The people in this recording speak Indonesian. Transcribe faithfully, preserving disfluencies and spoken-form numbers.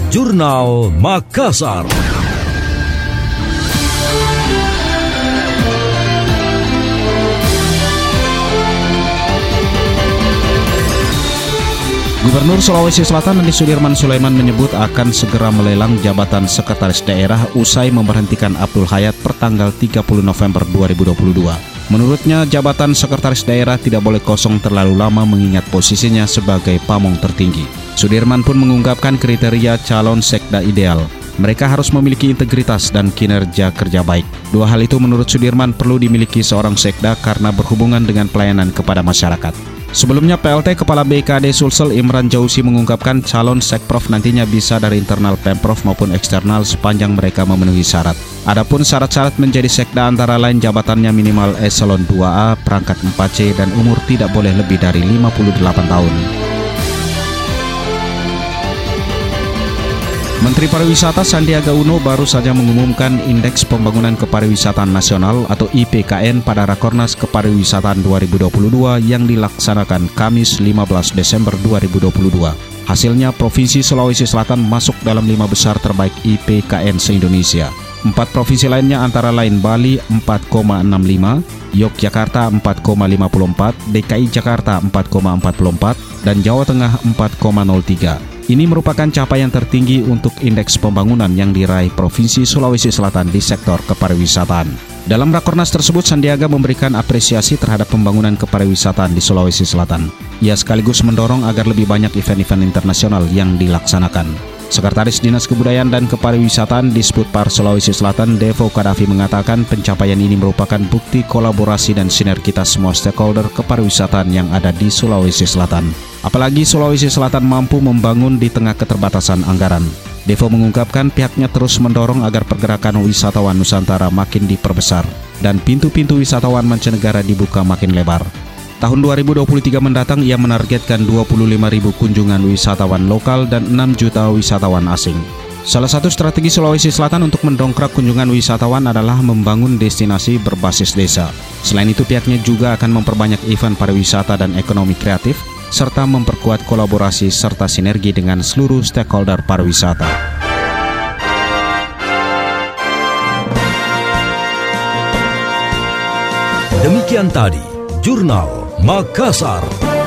Jurnal Makassar. Gubernur Sulawesi Selatan Andi Sudirman Sulaiman menyebut akan segera melelang jabatan sekretaris daerah usai memberhentikan Abdul Hayat pertanggal tiga puluh November dua ribu dua puluh dua. Menurutnya, jabatan sekretaris daerah tidak boleh kosong terlalu lama mengingat posisinya sebagai pamong tertinggi. Sudirman pun mengungkapkan kriteria calon sekda ideal. Mereka harus memiliki integritas dan kinerja kerja baik. Dua hal itu menurut Sudirman perlu dimiliki seorang sekda karena berhubungan dengan pelayanan kepada masyarakat. Sebelumnya, P L T Kepala B K D Sulsel Imran Jauzi mengungkapkan calon sekprov nantinya bisa dari internal Pemprov maupun eksternal sepanjang mereka memenuhi syarat. Adapun syarat-syarat menjadi sekda antara lain jabatannya minimal eselon dua A, perangkat empat C, dan umur tidak boleh lebih dari lima puluh delapan tahun. Menteri Pariwisata Sandiaga Uno baru saja mengumumkan Indeks Pembangunan Kepariwisataan Nasional atau I P K N pada Rakornas Kepariwisataan dua ribu dua puluh dua yang dilaksanakan Kamis lima belas Desember dua ribu dua puluh dua. Hasilnya, Provinsi Sulawesi Selatan masuk dalam lima besar terbaik I P K N se-Indonesia. Empat provinsi lainnya antara lain Bali empat koma enam lima, Yogyakarta empat koma lima empat, D K I Jakarta empat koma empat empat, dan Jawa Tengah empat koma nol tiga. Ini merupakan capaian tertinggi untuk indeks pembangunan yang diraih Provinsi Sulawesi Selatan di sektor kepariwisataan. Dalam Rakornas tersebut, Sandiaga memberikan apresiasi terhadap pembangunan kepariwisataan di Sulawesi Selatan. Ia sekaligus mendorong agar lebih banyak event-event internasional yang dilaksanakan. Sekretaris Dinas Kebudayaan dan Kepariwisataan Disputpar Sulawesi Selatan, Devo Kadafi, mengatakan pencapaian ini merupakan bukti kolaborasi dan sinergitas semua stakeholder kepariwisataan yang ada di Sulawesi Selatan. Apalagi Sulawesi Selatan mampu membangun di tengah keterbatasan anggaran. Devo mengungkapkan pihaknya terus mendorong agar pergerakan wisatawan Nusantara makin diperbesar dan pintu-pintu wisatawan mancanegara dibuka makin lebar. Tahun dua ribu dua puluh tiga mendatang ia menargetkan dua puluh lima ribu kunjungan wisatawan lokal dan enam juta wisatawan asing. Salah satu strategi Sulawesi Selatan untuk mendongkrak kunjungan wisatawan adalah membangun destinasi berbasis desa. Selain itu, pihaknya juga akan memperbanyak event pariwisata dan ekonomi kreatif, serta memperkuat kolaborasi serta sinergi dengan seluruh stakeholder pariwisata. Demikian tadi Jurnal Makassar.